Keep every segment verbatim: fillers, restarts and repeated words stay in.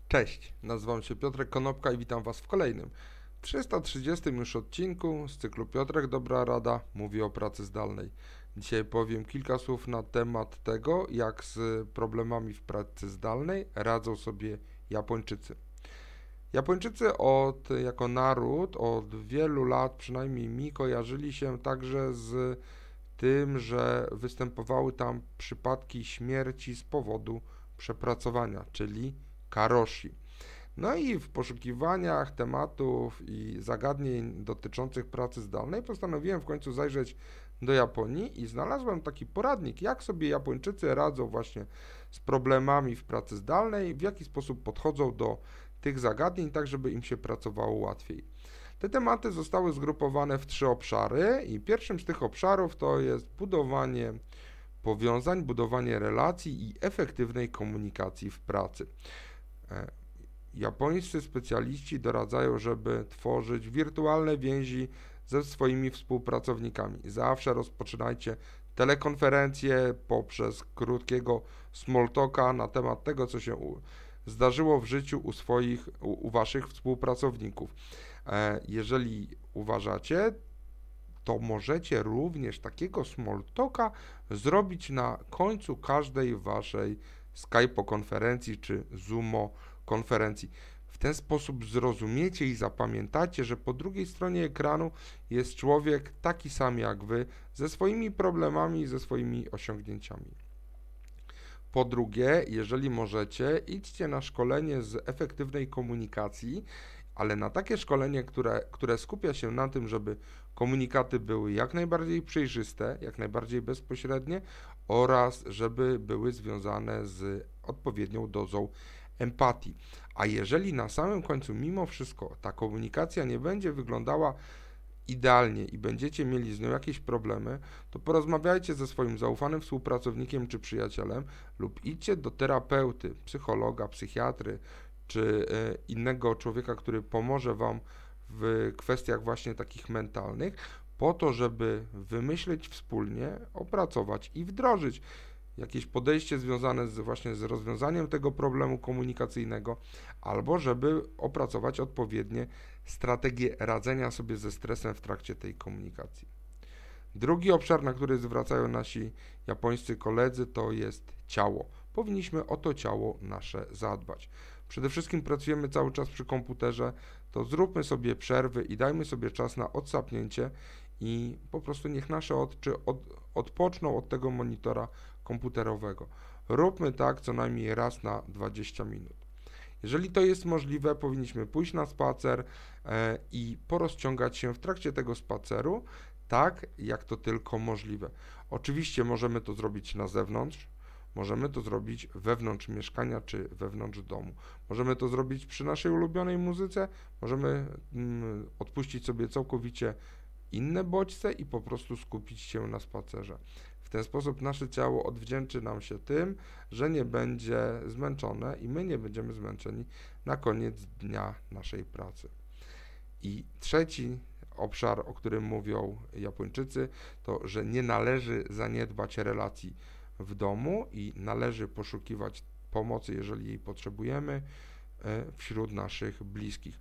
Cześć, nazywam się Piotrek Konopka i witam Was w kolejnym, trzysta trzydziestym już odcinku z cyklu Piotrek Dobra Rada mówi o pracy zdalnej. Dzisiaj powiem kilka słów na temat tego, jak z problemami w pracy zdalnej radzą sobie Japończycy. Japończycy od, jako naród od wielu lat, przynajmniej mi, kojarzyli się także z tym, że występowały tam przypadki śmierci z powodu przepracowania, czyli karoshi. No i w poszukiwaniach tematów i zagadnień dotyczących pracy zdalnej postanowiłem w końcu zajrzeć do Japonii i znalazłem taki poradnik, jak sobie Japończycy radzą właśnie z problemami w pracy zdalnej, w jaki sposób podchodzą do tych zagadnień, tak żeby im się pracowało łatwiej. Te tematy zostały zgrupowane w trzy obszary i pierwszym z tych obszarów to jest budowanie powiązań, budowanie relacji i efektywnej komunikacji w pracy. Japońscy specjaliści doradzają, żeby tworzyć wirtualne więzi ze swoimi współpracownikami. Zawsze rozpoczynajcie telekonferencje poprzez krótkiego small talka na temat tego, co się u, zdarzyło w życiu u swoich, u, u waszych współpracowników. E, jeżeli uważacie, to możecie również takiego small talka zrobić na końcu każdej waszej Skype konferencji czy Zoomo konferencji. W ten sposób zrozumiecie i zapamiętacie, że po drugiej stronie ekranu jest człowiek taki sam jak wy, ze swoimi problemami i ze swoimi osiągnięciami. Po drugie, jeżeli możecie, idźcie na szkolenie z efektywnej komunikacji, ale na takie szkolenie, które, które skupia się na tym, żeby komunikaty były jak najbardziej przejrzyste, jak najbardziej bezpośrednie oraz żeby były związane z odpowiednią dozą empatii. A jeżeli na samym końcu mimo wszystko ta komunikacja nie będzie wyglądała idealnie i będziecie mieli z nią jakieś problemy, to porozmawiajcie ze swoim zaufanym współpracownikiem czy przyjacielem lub idźcie do terapeuty, psychologa, psychiatry czy innego człowieka, który pomoże Wam w kwestiach właśnie takich mentalnych, po to, żeby wymyślić wspólnie, opracować i wdrożyć jakieś podejście związane z, właśnie z rozwiązaniem tego problemu komunikacyjnego, albo żeby opracować odpowiednie strategie radzenia sobie ze stresem w trakcie tej komunikacji. Drugi obszar, na który zwracają nasi japońscy koledzy, to jest ciało. Powinniśmy o to ciało nasze zadbać. Przede wszystkim pracujemy cały czas przy komputerze, to zróbmy sobie przerwy i dajmy sobie czas na odsapnięcie i po prostu niech nasze oczy od, odpoczną od tego monitora komputerowego. Róbmy tak co najmniej raz na dwadzieścia minut. Jeżeli to jest możliwe, powinniśmy pójść na spacer e, i porozciągać się w trakcie tego spaceru, tak jak to tylko możliwe. Oczywiście możemy to zrobić na zewnątrz, możemy to zrobić wewnątrz mieszkania czy wewnątrz domu. Możemy to zrobić przy naszej ulubionej muzyce, możemy mm, odpuścić sobie całkowicie inne bodźce i po prostu skupić się na spacerze. W ten sposób nasze ciało odwdzięczy nam się tym, że nie będzie zmęczone i my nie będziemy zmęczeni na koniec dnia naszej pracy. I trzeci obszar, o którym mówią Japończycy, to, że nie należy zaniedbać relacji w domu i należy poszukiwać pomocy, jeżeli jej potrzebujemy, wśród naszych bliskich.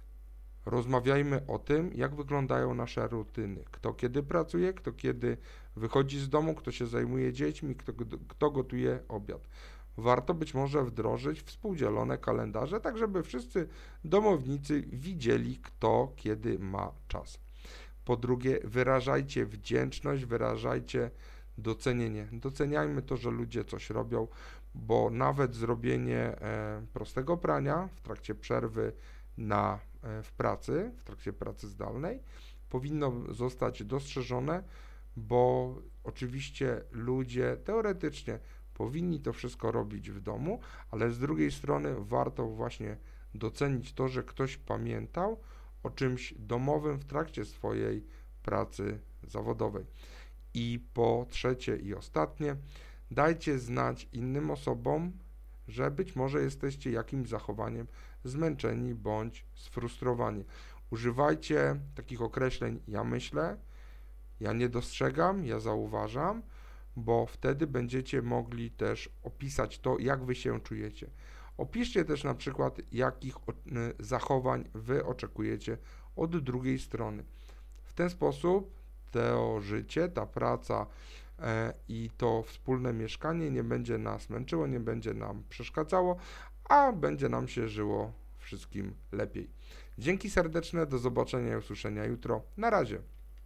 Rozmawiajmy o tym, jak wyglądają nasze rutyny. Kto kiedy pracuje, kto kiedy wychodzi z domu, kto się zajmuje dziećmi, kto, kto gotuje obiad. Warto być może wdrożyć współdzielone kalendarze, tak żeby wszyscy domownicy widzieli, kto kiedy ma czas. Po drugie, wyrażajcie wdzięczność, wyrażajcie docenienie. Doceniajmy to, że ludzie coś robią, bo nawet zrobienie e, prostego prania w trakcie przerwy na, e, w pracy, w trakcie pracy zdalnej, powinno zostać dostrzeżone, bo oczywiście ludzie teoretycznie powinni to wszystko robić w domu, ale z drugiej strony warto właśnie docenić to, że ktoś pamiętał o czymś domowym w trakcie swojej pracy zawodowej. I po trzecie i ostatnie, dajcie znać innym osobom, że być może jesteście jakimś zachowaniem zmęczeni bądź sfrustrowani. Używajcie takich określeń ja myślę, ja nie dostrzegam, ja zauważam, bo wtedy będziecie mogli też opisać to, jak wy się czujecie. Opiszcie też na przykład, jakich zachowań Wy oczekujecie od drugiej strony. W ten sposób to życie, ta praca i to wspólne mieszkanie nie będzie nas męczyło, nie będzie nam przeszkadzało, a będzie nam się żyło wszystkim lepiej. Dzięki serdeczne, do zobaczenia i usłyszenia jutro. Na razie.